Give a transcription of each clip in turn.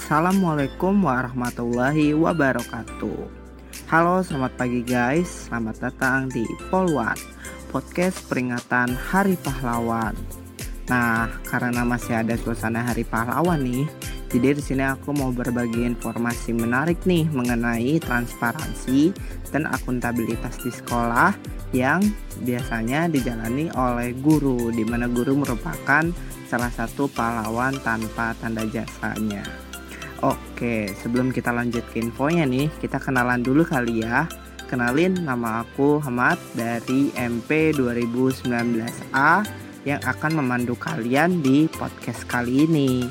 Assalamualaikum warahmatullahi wabarakatuh. Halo, selamat pagi guys. Selamat datang di Polwan, podcast peringatan Hari Pahlawan. Nah, karena masih ada suasana Hari Pahlawan nih, jadi di sini aku mau berbagi informasi menarik nih mengenai transparansi dan akuntabilitas di sekolah yang biasanya dijalani oleh guru, di mana guru merupakan salah satu pahlawan tanpa tanda jasanya. Oke, sebelum kita lanjut ke infonya nih, kita kenalan dulu kali ya. Kenalin, nama aku Ahmad dari MP 2019A yang akan memandu kalian di podcast kali ini.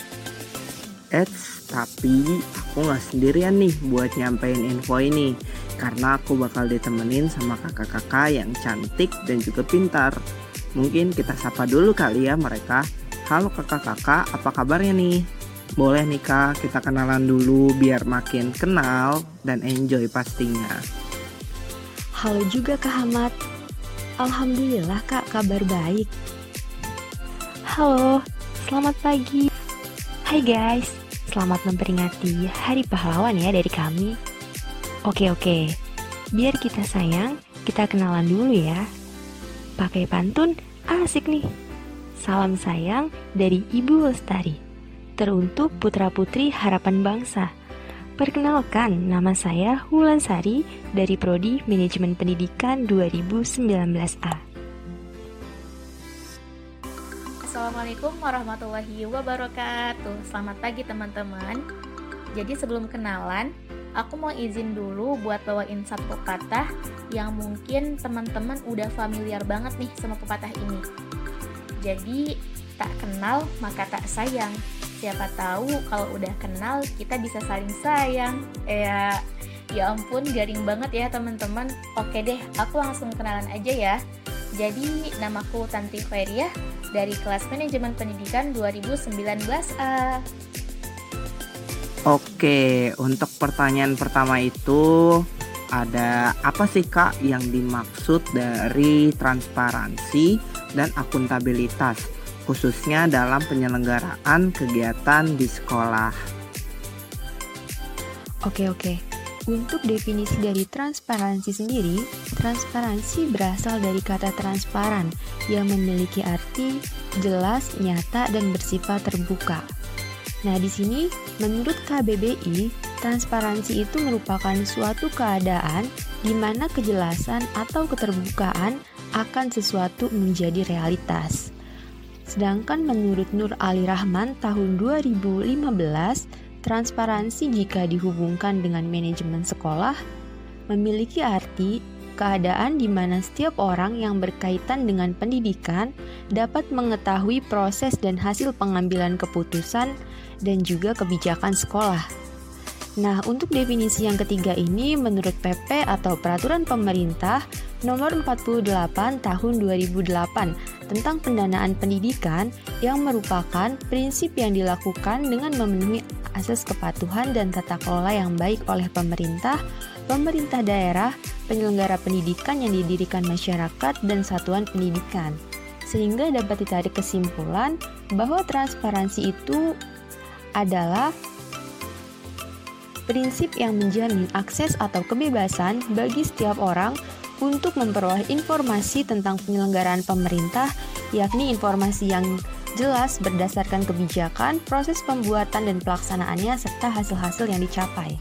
Tapi aku gak sendirian nih buat nyampein info ini, karena aku bakal ditemenin sama kakak-kakak yang cantik dan juga pintar. Mungkin kita sapa dulu kali ya mereka. Halo kakak-kakak, apa kabarnya nih? Boleh nih kak, kita kenalan dulu biar makin kenal dan enjoy pastinya. Halo juga Kak Ahmad. Alhamdulillah kak, kabar baik. Halo, selamat pagi. Hai guys, selamat memperingati Hari Pahlawan ya dari kami. Oke, biar kita sayang, kita kenalan dulu ya. Pakai pantun, asik nih. Salam sayang dari Ibu Lestari, teruntuk putra-putri harapan bangsa. Perkenalkan, nama saya Wulansari dari Prodi Manajemen Pendidikan 2019A. Assalamualaikum warahmatullahi wabarakatuh. Selamat pagi teman-teman. Jadi sebelum kenalan, aku mau izin dulu buat bawain satu pepatah yang mungkin teman-teman udah familiar banget nih sama pepatah ini. Jadi, tak kenal maka tak sayang. Siapa tahu kalau udah kenal kita bisa saling sayang. Ya ampun, garing banget ya teman-teman. Oke deh, aku langsung kenalan aja ya. Jadi, namaku Tanti Khairiah dari kelas Manajemen Pendidikan 2019A. Oke, untuk pertanyaan pertama itu, ada apa sih kak yang dimaksud dari transparansi dan akuntabilitas, khususnya dalam penyelenggaraan kegiatan di sekolah? Oke. Untuk definisi dari transparansi sendiri, transparansi berasal dari kata transparan yang memiliki arti jelas, nyata, dan bersifat terbuka. Nah, di sini menurut KBBI, transparansi itu merupakan suatu keadaan di mana kejelasan atau keterbukaan akan sesuatu menjadi realitas. Sedangkan menurut Nur Ali Rahman tahun 2015, transparansi jika dihubungkan dengan manajemen sekolah memiliki arti keadaan di mana setiap orang yang berkaitan dengan pendidikan dapat mengetahui proses dan hasil pengambilan keputusan dan juga kebijakan sekolah. Nah, untuk definisi yang ketiga ini menurut PP atau Peraturan Pemerintah Nomor 48 Tahun 2008 tentang pendanaan pendidikan yang merupakan prinsip yang dilakukan dengan memenuhi asas kepatuhan dan tata kelola yang baik oleh pemerintah daerah, penyelenggara pendidikan yang didirikan masyarakat, dan satuan pendidikan. Sehingga dapat ditarik kesimpulan bahwa transparansi itu adalah prinsip yang menjamin akses atau kebebasan bagi setiap orang untuk memperoleh informasi tentang penyelenggaraan pemerintah, yakni informasi yang jelas berdasarkan kebijakan, proses pembuatan dan pelaksanaannya, serta hasil-hasil yang dicapai.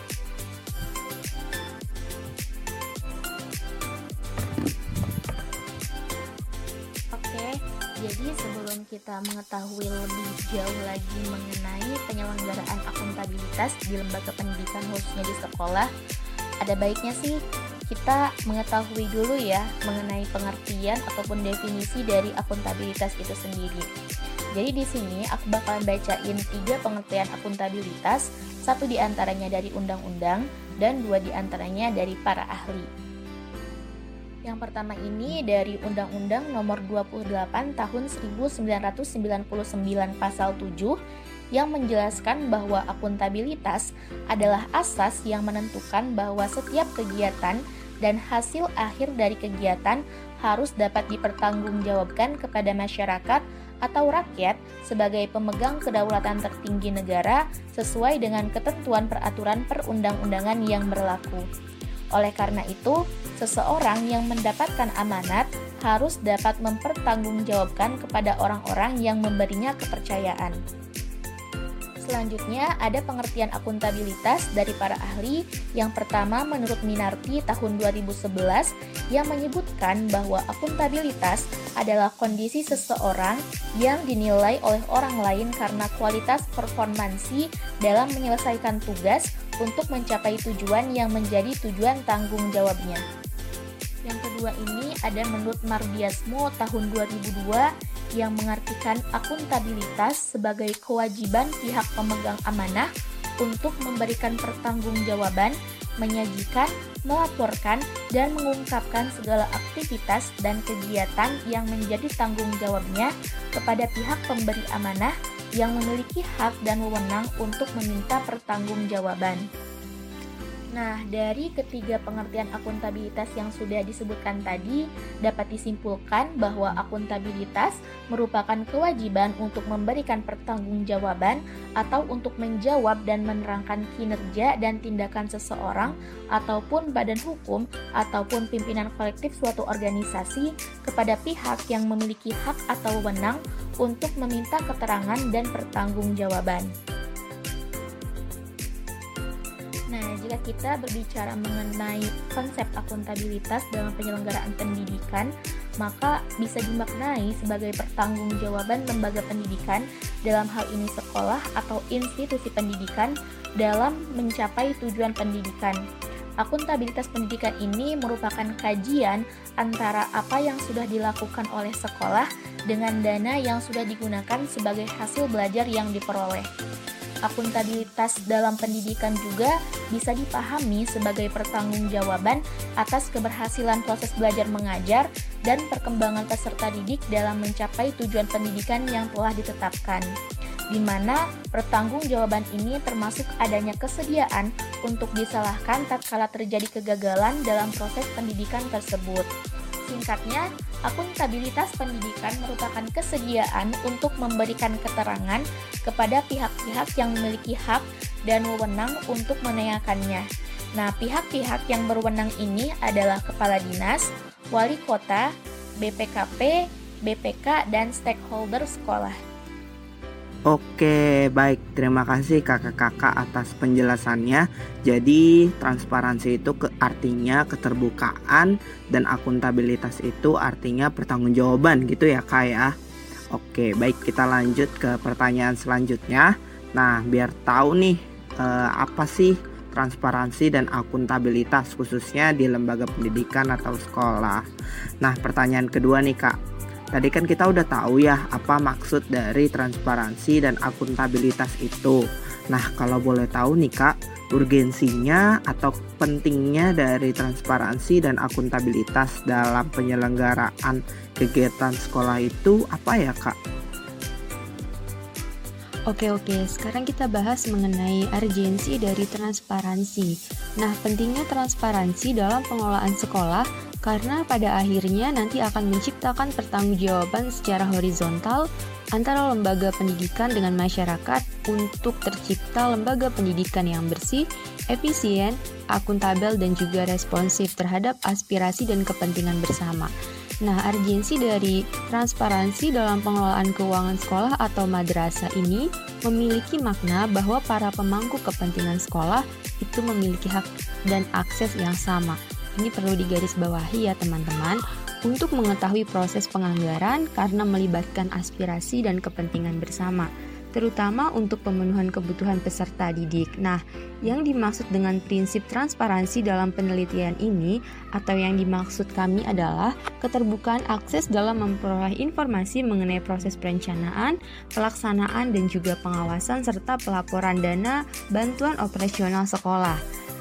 Jadi sebelum kita mengetahui lebih jauh lagi mengenai penyelenggaraan akuntabilitas di lembaga pendidikan khususnya di sekolah, ada baiknya sih kita mengetahui dulu ya mengenai pengertian ataupun definisi dari akuntabilitas itu sendiri. Jadi di sini aku bakalan bacain 3 pengertian akuntabilitas, 1 diantaranya dari undang-undang dan 2 diantaranya dari para ahli. Yang pertama ini dari Undang-Undang Nomor 28 Tahun 1999 Pasal 7 yang menjelaskan bahwa akuntabilitas adalah asas yang menentukan bahwa setiap kegiatan dan hasil akhir dari kegiatan harus dapat dipertanggungjawabkan kepada masyarakat atau rakyat sebagai pemegang kedaulatan tertinggi negara sesuai dengan ketentuan peraturan perundang-undangan yang berlaku. Oleh karena itu, seseorang yang mendapatkan amanat harus dapat mempertanggungjawabkan kepada orang-orang yang memberinya kepercayaan. Selanjutnya, ada pengertian akuntabilitas dari para ahli. Yang pertama, menurut Minarti tahun 2011 yang menyebutkan bahwa akuntabilitas adalah kondisi seseorang yang dinilai oleh orang lain karena kualitas performansi dalam menyelesaikan tugas untuk mencapai tujuan yang menjadi tujuan tanggung jawabnya. Yang kedua ini ada menurut Mardiasmo tahun 2002 yang mengartikan akuntabilitas sebagai kewajiban pihak pemegang amanah untuk memberikan pertanggungjawaban, menyajikan, melaporkan, dan mengungkapkan segala aktivitas dan kegiatan yang menjadi tanggung jawabnya kepada pihak pemberi amanah yang memiliki hak dan wewenang untuk meminta pertanggungjawaban. Nah, dari ketiga pengertian akuntabilitas yang sudah disebutkan tadi, dapat disimpulkan bahwa akuntabilitas merupakan kewajiban untuk memberikan pertanggungjawaban atau untuk menjawab dan menerangkan kinerja dan tindakan seseorang ataupun badan hukum ataupun pimpinan kolektif suatu organisasi kepada pihak yang memiliki hak atau wewenang untuk meminta keterangan dan pertanggungjawaban. Nah, jika kita berbicara mengenai konsep akuntabilitas dalam penyelenggaraan pendidikan, maka bisa dimaknai sebagai pertanggungjawaban lembaga pendidikan, dalam hal ini sekolah atau institusi pendidikan, dalam mencapai tujuan pendidikan. Akuntabilitas pendidikan ini merupakan kajian antara apa yang sudah dilakukan oleh sekolah dengan dana yang sudah digunakan sebagai hasil belajar yang diperoleh. Akuntabilitas dalam pendidikan juga bisa dipahami sebagai pertanggungjawaban atas keberhasilan proses belajar mengajar dan perkembangan peserta didik dalam mencapai tujuan pendidikan yang telah ditetapkan, di mana pertanggungjawaban ini termasuk adanya kesediaan untuk disalahkan tatkala terjadi kegagalan dalam proses pendidikan tersebut. Singkatnya, akuntabilitas pendidikan merupakan kesediaan untuk memberikan keterangan kepada pihak-pihak yang memiliki hak dan wewenang untuk menanyakannya. Nah, pihak-pihak yang berwenang ini adalah kepala dinas, wali kota, BPKP, BPK, dan stakeholder sekolah. Oke, baik. Terima kasih kakak-kakak atas penjelasannya. Jadi, transparansi itu artinya keterbukaan dan akuntabilitas itu artinya pertanggungjawaban gitu ya, Kak ya. Oke, baik, kita lanjut ke pertanyaan selanjutnya. Nah, biar tahu nih apa sih transparansi dan akuntabilitas khususnya di lembaga pendidikan atau sekolah. Nah, pertanyaan kedua nih, Kak. Tadi kan kita udah tahu ya apa maksud dari transparansi dan akuntabilitas itu. Nah, kalau boleh tahu nih Kak, urgensinya atau pentingnya dari transparansi dan akuntabilitas dalam penyelenggaraan kegiatan sekolah itu apa ya Kak? Oke, sekarang kita bahas mengenai urgensi dari transparansi. Nah, pentingnya transparansi dalam pengelolaan sekolah karena pada akhirnya nanti akan menciptakan pertanggungjawaban secara horizontal antara lembaga pendidikan dengan masyarakat untuk tercipta lembaga pendidikan yang bersih, efisien, akuntabel, dan juga responsif terhadap aspirasi dan kepentingan bersama. Nah, urgensi dari transparansi dalam pengelolaan keuangan sekolah atau madrasah ini memiliki makna bahwa para pemangku kepentingan sekolah itu memiliki hak dan akses yang sama. Ini perlu digarisbawahi ya teman-teman, untuk mengetahui proses penganggaran karena melibatkan aspirasi dan kepentingan bersama, terutama untuk pemenuhan kebutuhan peserta didik. Nah, yang dimaksud dengan prinsip transparansi dalam penelitian ini atau yang dimaksud kami adalah keterbukaan akses dalam memperoleh informasi mengenai proses perencanaan, pelaksanaan, dan juga pengawasan serta pelaporan dana bantuan operasional sekolah.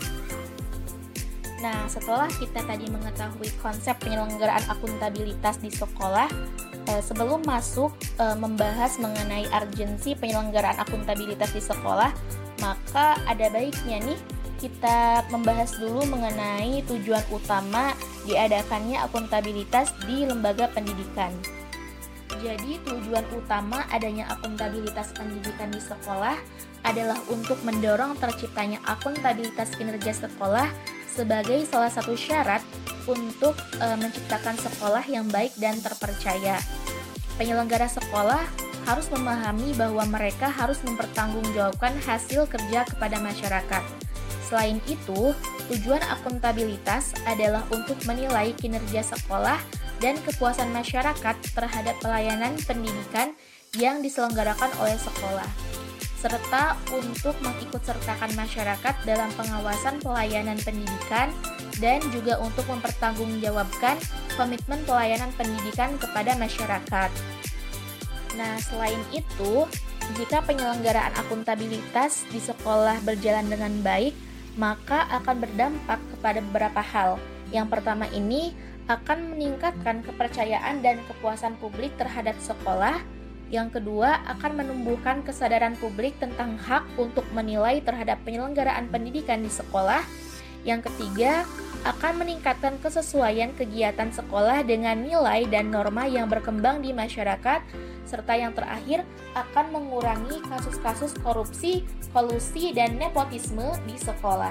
Nah, setelah kita tadi mengetahui konsep penyelenggaraan akuntabilitas di sekolah, sebelum masuk membahas mengenai urgensi penyelenggaraan akuntabilitas di sekolah, maka ada baiknya nih kita membahas dulu mengenai tujuan utama diadakannya akuntabilitas di lembaga pendidikan. Jadi tujuan utama adanya akuntabilitas pendidikan di sekolah adalah untuk mendorong terciptanya akuntabilitas kinerja sekolah sebagai salah satu syarat untuk menciptakan sekolah yang baik dan terpercaya. Penyelenggara sekolah harus memahami bahwa mereka harus mempertanggungjawabkan hasil kerja kepada masyarakat. Selain itu, tujuan akuntabilitas adalah untuk menilai kinerja sekolah dan kepuasan masyarakat terhadap pelayanan pendidikan yang diselenggarakan oleh sekolah, serta untuk mengikutsertakan masyarakat dalam pengawasan pelayanan pendidikan dan juga untuk mempertanggungjawabkan komitmen pelayanan pendidikan kepada masyarakat. Nah, selain itu, jika penyelenggaraan akuntabilitas di sekolah berjalan dengan baik, maka akan berdampak kepada beberapa hal. Yang pertama ini akan meningkatkan kepercayaan dan kepuasan publik terhadap sekolah. Yang kedua, akan menumbuhkan kesadaran publik tentang hak untuk menilai terhadap penyelenggaraan pendidikan di sekolah. Yang ketiga, akan meningkatkan kesesuaian kegiatan sekolah dengan nilai dan norma yang berkembang di masyarakat. Serta yang terakhir, akan mengurangi kasus-kasus korupsi, kolusi, dan nepotisme di sekolah.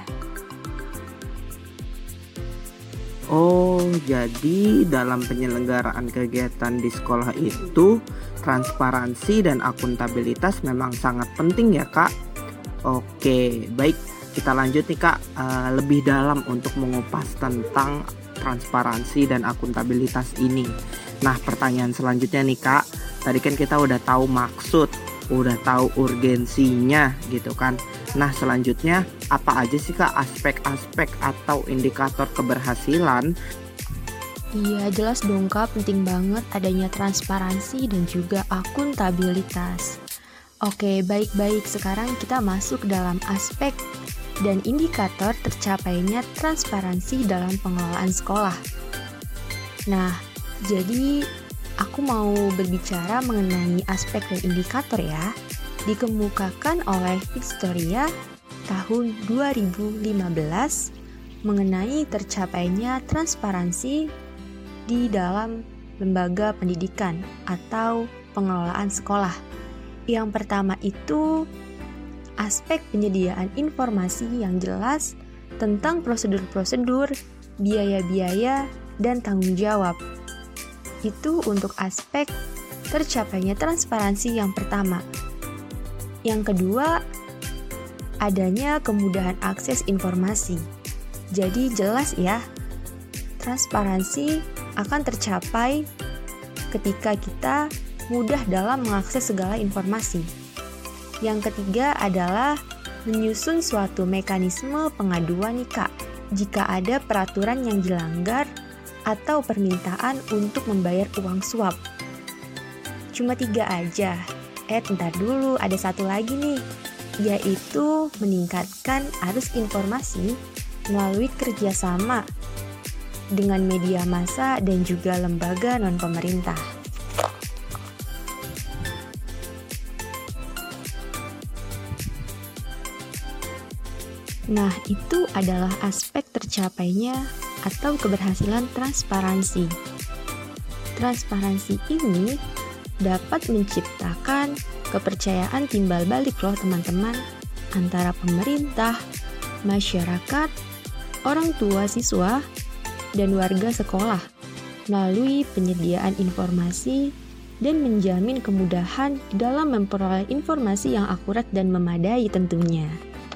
Oh, jadi dalam penyelenggaraan kegiatan di sekolah itu transparansi dan akuntabilitas memang sangat penting ya Kak. Oke, baik, kita lanjut nih Kak, lebih dalam untuk mengupas tentang transparansi dan akuntabilitas ini. Nah, pertanyaan selanjutnya nih Kak, tadi kan kita udah tahu maksud, udah tahu urgensinya gitu kan. Nah, selanjutnya apa aja sih Kak aspek-aspek atau indikator keberhasilan? Iya, jelas dong Kak, penting banget adanya transparansi dan juga akuntabilitas. Oke, baik-baik, sekarang kita masuk dalam aspek dan indikator tercapainya transparansi dalam pengelolaan sekolah. Nah, jadi aku mau berbicara mengenai aspek dan indikator ya. Dikemukakan oleh Victoria tahun 2015 mengenai tercapainya transparansi di dalam lembaga pendidikan atau pengelolaan sekolah. Yang pertama itu aspek penyediaan informasi yang jelas tentang prosedur-prosedur, biaya-biaya, dan tanggung jawab. Itu untuk aspek tercapainya transparansi yang pertama. Yang kedua, adanya kemudahan akses informasi. Jadi jelas ya, transparansi akan tercapai ketika kita mudah dalam mengakses segala informasi. Yang ketiga adalah menyusun suatu mekanisme pengaduan nih Kak, jika ada peraturan yang dilanggar atau permintaan untuk membayar uang suap. Cuma 3 aja. Bentar dulu, ada satu lagi nih, yaitu meningkatkan arus informasi melalui kerjasama dengan media massa dan juga lembaga non-pemerintah. Nah, itu adalah aspek tercapainya atau keberhasilan transparansi. Transparansi ini dapat menciptakan kepercayaan timbal balik loh teman-teman, antara pemerintah, masyarakat, orang tua siswa, dan warga sekolah melalui penyediaan informasi dan menjamin kemudahan dalam memperoleh informasi yang akurat dan memadai tentunya.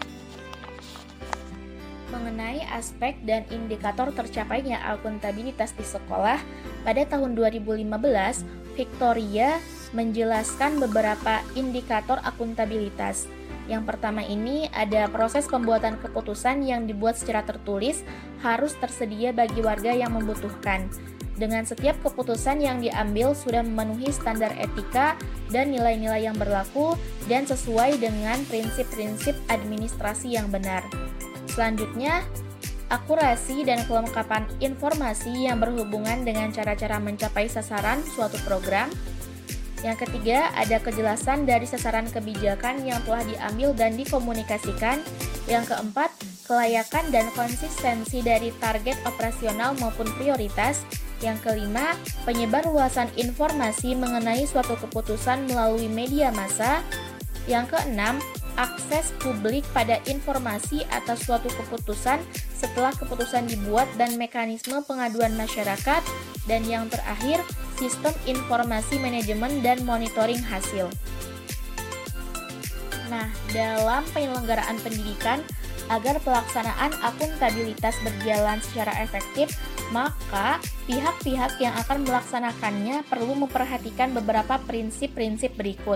Mengenai aspek dan indikator tercapainya akuntabilitas di sekolah, pada tahun 2015, Victoria menjelaskan beberapa indikator akuntabilitas. Yang pertama ini ada proses pembuatan keputusan yang dibuat secara tertulis harus tersedia bagi warga yang membutuhkan. Dengan setiap keputusan yang diambil sudah memenuhi standar etika dan nilai-nilai yang berlaku dan sesuai dengan prinsip-prinsip administrasi yang benar. Selanjutnya, akurasi dan kelengkapan informasi yang berhubungan dengan cara-cara mencapai sasaran suatu program. Yang ketiga, ada kejelasan dari sasaran kebijakan yang telah diambil dan dikomunikasikan. Yang keempat, kelayakan dan konsistensi dari target operasional maupun prioritas. Yang kelima, penyebarluasan informasi mengenai suatu keputusan melalui media massa. Yang keenam, akses publik pada informasi atas suatu keputusan setelah keputusan dibuat dan mekanisme pengaduan masyarakat. Dan yang terakhir, sistem informasi manajemen dan monitoring hasil. Nah, dalam penyelenggaraan pendidikan, agar pelaksanaan akuntabilitas berjalan secara efektif, maka pihak-pihak yang akan melaksanakannya perlu memperhatikan beberapa prinsip-prinsip berikut.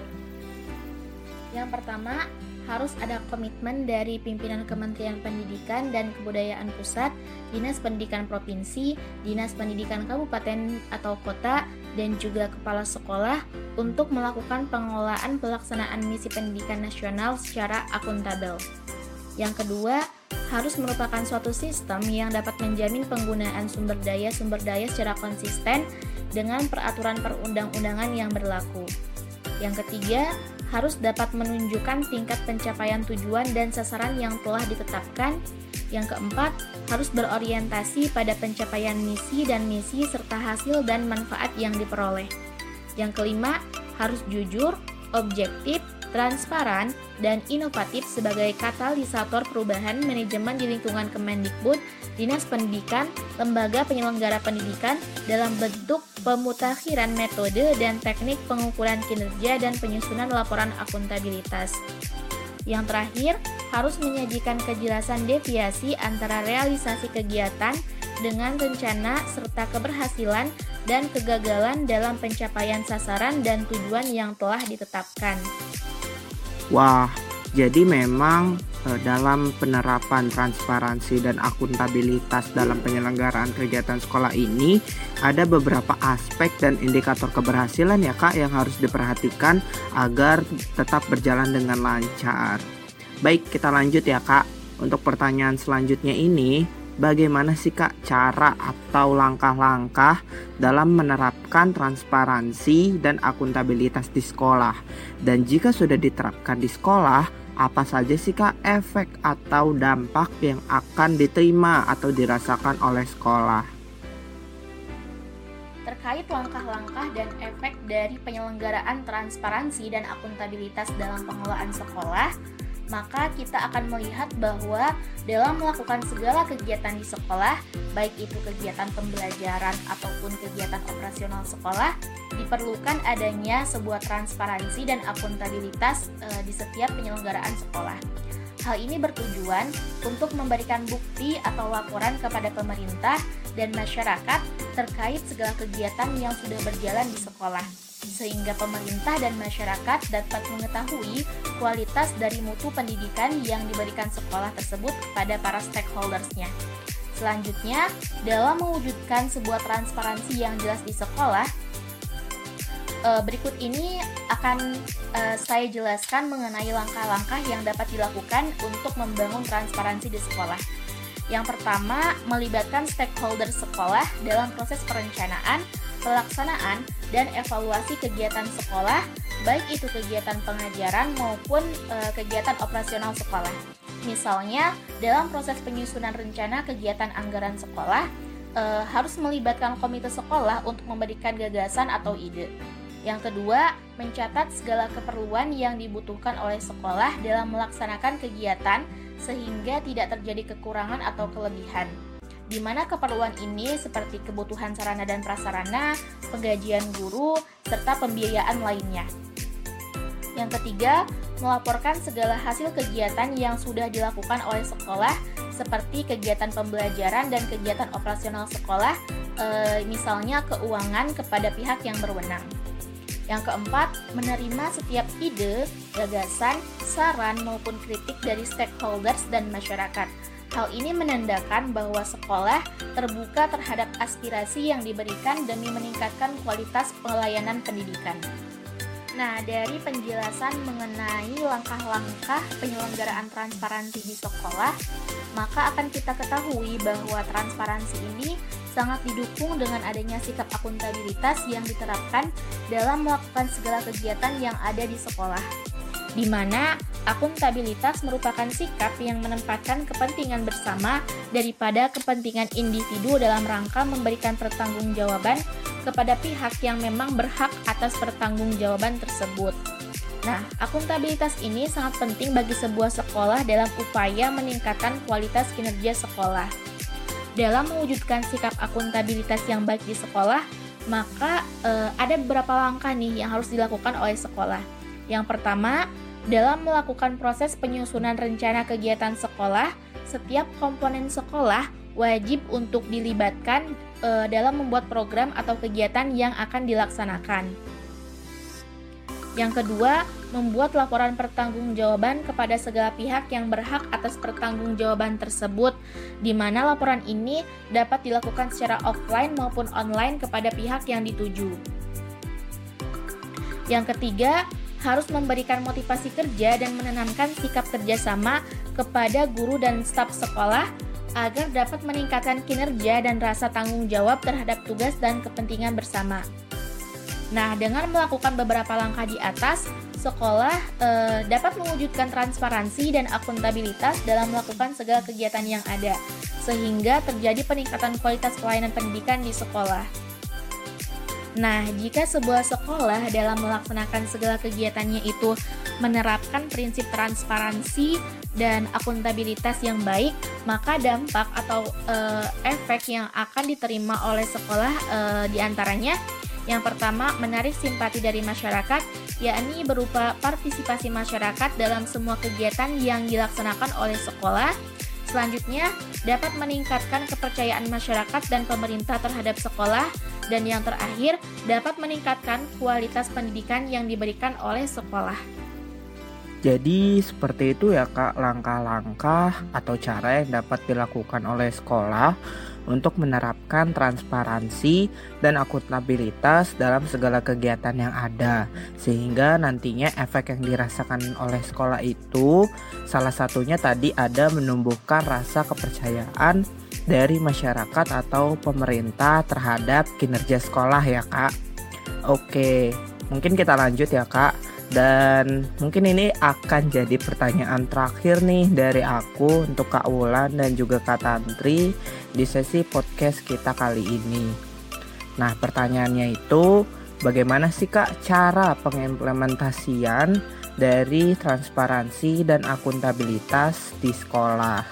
Yang pertama, harus ada komitmen dari pimpinan Kementerian Pendidikan dan Kebudayaan Pusat, Dinas Pendidikan Provinsi, Dinas Pendidikan Kabupaten atau Kota, dan juga kepala sekolah untuk melakukan pengelolaan pelaksanaan misi pendidikan nasional secara akuntabel. Yang kedua, harus merupakan suatu sistem yang dapat menjamin penggunaan sumber daya secara konsisten dengan peraturan perundang-undangan yang berlaku. Yang ketiga, harus dapat menunjukkan tingkat pencapaian tujuan dan sasaran yang telah ditetapkan. Yang keempat, harus berorientasi pada pencapaian misi serta hasil dan manfaat yang diperoleh. Yang kelima, harus jujur, objektif, transparan, dan inovatif sebagai katalisator perubahan manajemen di lingkungan Kemendikbud, Dinas Pendidikan, lembaga penyelenggara pendidikan dalam bentuk pemutakhiran metode dan teknik pengukuran kinerja dan penyusunan laporan akuntabilitas. Yang terakhir, harus menyajikan kejelasan deviasi antara realisasi kegiatan dengan rencana serta keberhasilan dan kegagalan dalam pencapaian sasaran dan tujuan yang telah ditetapkan. Wah, jadi memang dalam penerapan transparansi dan akuntabilitas dalam penyelenggaraan kegiatan sekolah ini ada beberapa aspek dan indikator keberhasilan ya Kak yang harus diperhatikan agar tetap berjalan dengan lancar. Baik, kita lanjut ya Kak. Untuk pertanyaan selanjutnya ini, bagaimana sih Kak cara atau langkah-langkah dalam menerapkan transparansi dan akuntabilitas di sekolah? Dan jika sudah diterapkan di sekolah, apa saja sih Kak efek atau dampak yang akan diterima atau dirasakan oleh sekolah? Terkait langkah-langkah dan efek dari penyelenggaraan transparansi dan akuntabilitas dalam pengelolaan sekolah, maka kita akan melihat bahwa dalam melakukan segala kegiatan di sekolah, baik itu kegiatan pembelajaran ataupun kegiatan operasional sekolah, diperlukan adanya sebuah transparansi dan akuntabilitas di setiap penyelenggaraan sekolah. Hal ini bertujuan untuk memberikan bukti atau laporan kepada pemerintah dan masyarakat terkait segala kegiatan yang sudah berjalan di sekolah, sehingga pemerintah dan masyarakat dapat mengetahui kualitas dari mutu pendidikan yang diberikan sekolah tersebut kepada para stakeholders-nya. Selanjutnya, dalam mewujudkan sebuah transparansi yang jelas di sekolah, berikut ini akan saya jelaskan mengenai langkah-langkah yang dapat dilakukan untuk membangun transparansi di sekolah. Yang pertama, melibatkan stakeholder sekolah dalam proses perencanaan, pelaksanaan, dan evaluasi kegiatan sekolah, baik itu kegiatan pengajaran maupun kegiatan operasional sekolah. Misalnya, dalam proses penyusunan rencana kegiatan anggaran sekolah, harus melibatkan komite sekolah untuk memberikan gagasan atau ide. Yang kedua, mencatat segala keperluan yang dibutuhkan oleh sekolah dalam melaksanakan kegiatan sehingga tidak terjadi kekurangan atau kelebihan, di mana keperluan ini seperti kebutuhan sarana dan prasarana, penggajian guru, serta pembiayaan lainnya. Yang ketiga, melaporkan segala hasil kegiatan yang sudah dilakukan oleh sekolah seperti kegiatan pembelajaran dan kegiatan operasional sekolah, misalnya keuangan kepada pihak yang berwenang. Yang keempat, menerima setiap ide, gagasan, saran maupun kritik dari stakeholders dan masyarakat. Hal ini menandakan bahwa sekolah terbuka terhadap aspirasi yang diberikan demi meningkatkan kualitas pelayanan pendidikan. Nah, dari penjelasan mengenai langkah-langkah penyelenggaraan transparansi di sekolah, maka akan kita ketahui bahwa transparansi ini sangat didukung dengan adanya sikap akuntabilitas yang diterapkan dalam melakukan segala kegiatan yang ada di sekolah. di mana akuntabilitas merupakan sikap yang menempatkan kepentingan bersama daripada kepentingan individu dalam rangka memberikan pertanggungjawaban kepada pihak yang memang berhak atas pertanggungjawaban tersebut. Nah, akuntabilitas ini sangat penting bagi sebuah sekolah dalam upaya meningkatkan kualitas kinerja sekolah. Dalam mewujudkan sikap akuntabilitas yang baik di sekolah, maka ada beberapa langkah nih yang harus dilakukan oleh sekolah. Yang pertama, dalam melakukan proses penyusunan rencana kegiatan sekolah, setiap komponen sekolah wajib untuk dilibatkan dalam membuat program atau kegiatan yang akan dilaksanakan. Yang kedua, membuat laporan pertanggungjawaban kepada segala pihak yang berhak atas pertanggungjawaban tersebut, di mana laporan ini dapat dilakukan secara offline maupun online kepada pihak yang dituju. Yang ketiga, harus memberikan motivasi kerja dan menanamkan sikap kerjasama kepada guru dan staf sekolah agar dapat meningkatkan kinerja dan rasa tanggung jawab terhadap tugas dan kepentingan bersama. Nah, dengan melakukan beberapa langkah di atas, sekolah dapat mewujudkan transparansi dan akuntabilitas dalam melakukan segala kegiatan yang ada, sehingga terjadi peningkatan kualitas pelayanan pendidikan di sekolah. Nah, jika sebuah sekolah dalam melaksanakan segala kegiatannya itu menerapkan prinsip transparansi dan akuntabilitas yang baik, maka dampak atau efek yang akan diterima oleh sekolah diantaranya, yang pertama, menarik simpati dari masyarakat, yakni berupa partisipasi masyarakat dalam semua kegiatan yang dilaksanakan oleh sekolah. Selanjutnya, dapat meningkatkan kepercayaan masyarakat dan pemerintah terhadap sekolah. Dan yang terakhir, dapat meningkatkan kualitas pendidikan yang diberikan oleh sekolah. Jadi seperti itu ya Kak, langkah-langkah atau cara yang dapat dilakukan oleh sekolah untuk menerapkan transparansi dan akuntabilitas dalam segala kegiatan yang ada, sehingga nantinya efek yang dirasakan oleh sekolah itu salah satunya tadi ada menumbuhkan rasa kepercayaan dari masyarakat atau pemerintah terhadap kinerja sekolah ya Kak. Oke, mungkin kita lanjut ya Kak. Dan mungkin ini akan jadi pertanyaan terakhir nih dari aku untuk Kak Wulan dan juga Kak Tantri di sesi podcast kita kali ini. Nah, pertanyaannya itu, bagaimana sih Kak cara pengimplementasian dari transparansi dan akuntabilitas di sekolah?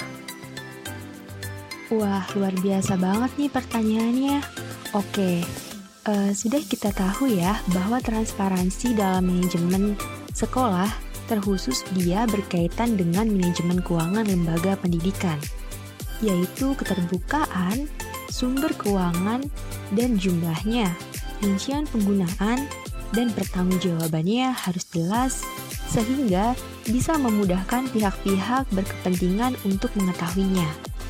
Wah, luar biasa banget nih pertanyaannya. Oke. Sudah kita tahu ya bahwa transparansi dalam manajemen sekolah terkhusus dia berkaitan dengan manajemen keuangan lembaga pendidikan, yaitu keterbukaan, sumber keuangan, dan jumlahnya, rincian penggunaan, dan pertanggungjawabannya harus jelas sehingga bisa memudahkan pihak-pihak berkepentingan untuk mengetahuinya.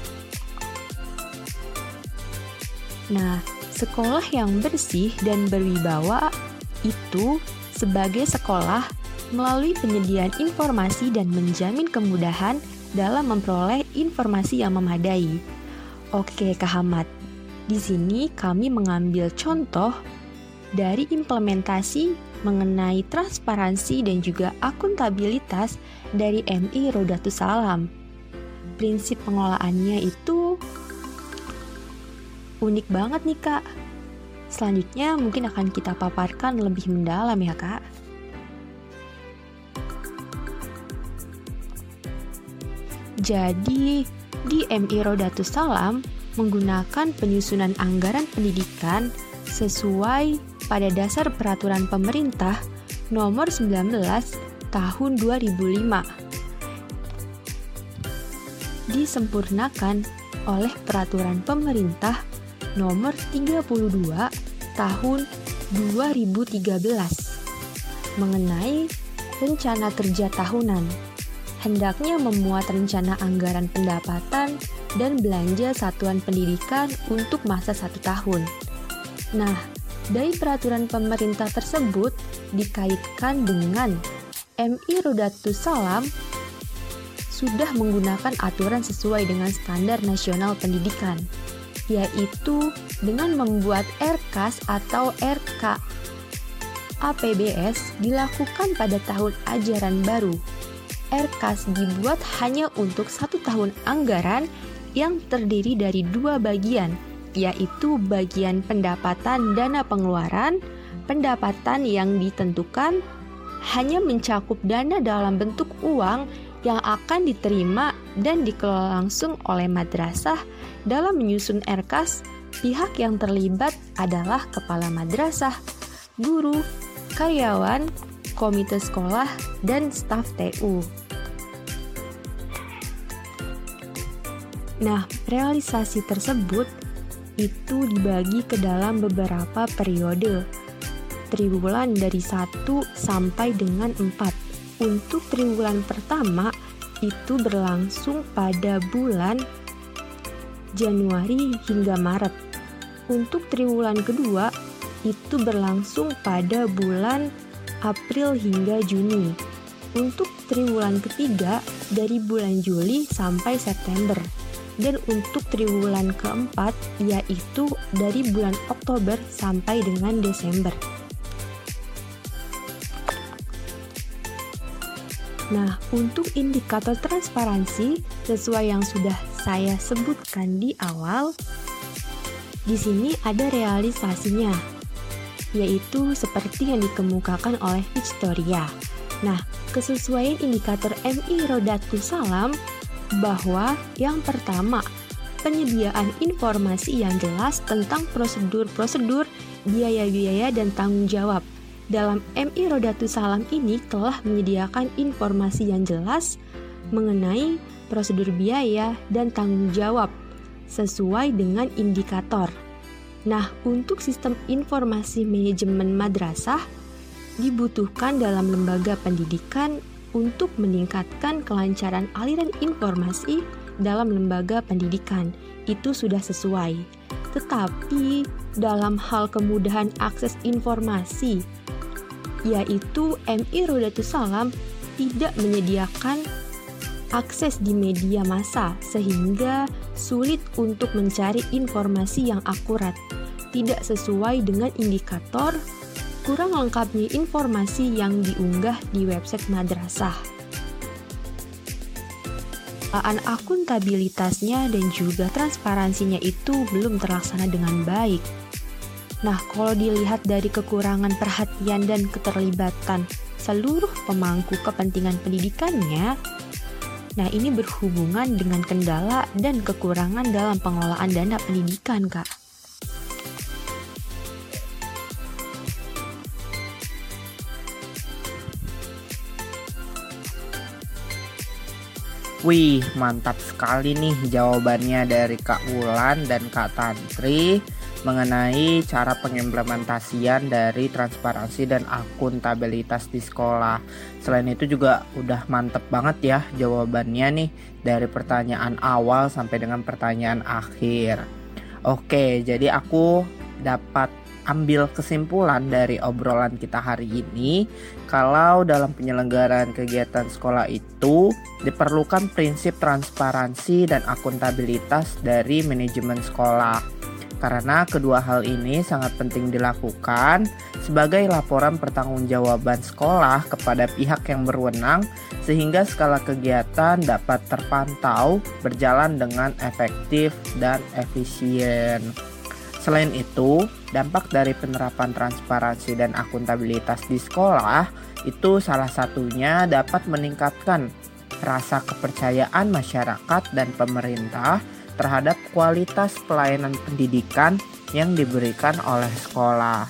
Nah, sekolah yang bersih dan berwibawa itu sebagai sekolah melalui penyediaan informasi dan menjamin kemudahan dalam memperoleh informasi yang memadai. Oke, Kak Hamad. Di sini kami mengambil contoh dari implementasi mengenai transparansi dan juga akuntabilitas dari MI Rodatus Salam. Prinsip pengelolaannya itu unik banget nih Kak. Selanjutnya mungkin akan kita paparkan lebih mendalam ya Kak. Jadi di MI Rodatus Salam menggunakan penyusunan anggaran pendidikan sesuai pada dasar peraturan pemerintah nomor 19 tahun 2005. Disempurnakan oleh peraturan pemerintah nomor 32 tahun 2013 mengenai rencana kerja tahunan. Hendaknya memuat rencana anggaran pendapatan dan belanja satuan pendidikan untuk masa 1 tahun. Nah, dari peraturan pemerintah tersebut dikaitkan dengan MI Rodatus Salam sudah menggunakan aturan sesuai dengan standar nasional pendidikan, yaitu dengan membuat RKAS atau RK APBS dilakukan pada tahun ajaran baru. RKAS dibuat hanya untuk 1 tahun anggaran yang terdiri dari 2 bagian, yaitu bagian pendapatan dana pengeluaran. Pendapatan yang ditentukan hanya mencakup dana dalam bentuk uang yang akan diterima dan dikelola langsung oleh madrasah. Dalam menyusun RKAS, pihak yang terlibat adalah kepala madrasah, guru, karyawan, komite sekolah, dan staf TU. Nah, realisasi tersebut itu dibagi ke dalam beberapa periode. Triwulan dari 1 sampai dengan 4. Untuk triwulan pertama itu berlangsung pada bulan Januari hingga Maret. Untuk triwulan kedua itu berlangsung pada bulan April hingga Juni. Untuk triwulan ketiga dari bulan Juli sampai September. Dan untuk triwulan keempat yaitu dari bulan Oktober sampai dengan Desember. Nah, untuk indikator transparansi sesuai yang sudah saya sebutkan di awal, di sini ada realisasinya, yaitu seperti yang dikemukakan oleh Victoria. Nah, kesesuaian indikator MI Rodatus Salam bahwa yang pertama, penyediaan informasi yang jelas tentang prosedur-prosedur, biaya-biaya, dan tanggung jawab. Dalam MI Rodatus Salam ini telah menyediakan informasi yang jelas mengenai prosedur biaya dan tanggung jawab sesuai dengan indikator. Nah, untuk sistem informasi manajemen madrasah dibutuhkan dalam lembaga pendidikan untuk meningkatkan kelancaran aliran informasi dalam lembaga pendidikan. Itu sudah sesuai. Tetapi dalam hal kemudahan akses informasi, yaitu MI Rodatus Salam tidak menyediakan akses di media massa sehingga sulit untuk mencari informasi yang akurat, tidak sesuai dengan indikator, kurang lengkapnya informasi yang diunggah di website madrasah. Akuntabilitasnya dan juga transparansinya itu belum terlaksana dengan baik. Nah, kalau dilihat dari kekurangan perhatian dan keterlibatan seluruh pemangku kepentingan pendidikannya, nah ini berhubungan dengan kendala dan kekurangan dalam pengelolaan dana pendidikan, Kak. Wih, mantap sekali nih jawabannya dari Kak Wulan dan Kak Tantri mengenai cara pengimplementasian dari transparansi dan akuntabilitas di sekolah. Selain itu juga udah mantep banget ya jawabannya nih dari pertanyaan awal sampai dengan pertanyaan akhir. Oke, jadi aku dapat ambil kesimpulan dari obrolan kita hari ini, kalau dalam penyelenggaraan kegiatan sekolah itu diperlukan prinsip transparansi dan akuntabilitas dari manajemen sekolah. Karena kedua hal ini sangat penting dilakukan sebagai laporan pertanggungjawaban sekolah kepada pihak yang berwenang sehingga skala kegiatan dapat terpantau berjalan dengan efektif dan efisien. Selain itu, dampak dari penerapan transparansi dan akuntabilitas di sekolah itu salah satunya dapat meningkatkan rasa kepercayaan masyarakat dan pemerintah terhadap kualitas pelayanan pendidikan yang diberikan oleh sekolah.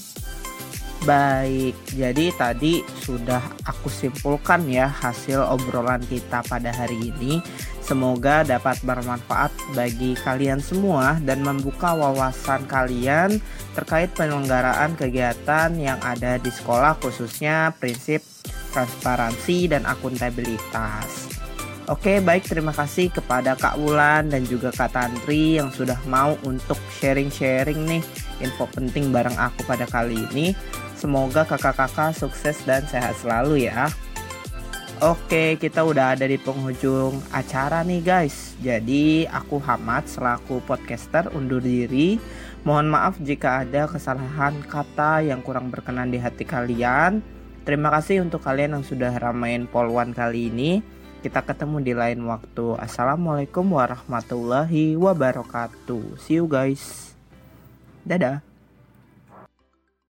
Baik, jadi tadi sudah aku simpulkan ya hasil obrolan kita pada hari ini. Semoga dapat bermanfaat bagi kalian semua dan membuka wawasan kalian terkait penyelenggaraan kegiatan yang ada di sekolah, khususnya prinsip transparansi dan akuntabilitas. Oke, baik, terima kasih kepada Kak Wulan dan juga Kak Tantri yang sudah mau untuk sharing-sharing nih info penting bareng aku pada kali ini. Semoga kakak-kakak sukses dan sehat selalu ya. Oke, kita udah ada di penghujung acara nih guys. Jadi aku Hamad selaku podcaster undur diri. Mohon maaf jika ada kesalahan kata yang kurang berkenan di hati kalian. Terima kasih untuk kalian yang sudah ramein Polwan kali ini. Kita ketemu di lain waktu. Assalamualaikum warahmatullahi wabarakatuh. See you guys. Dadah.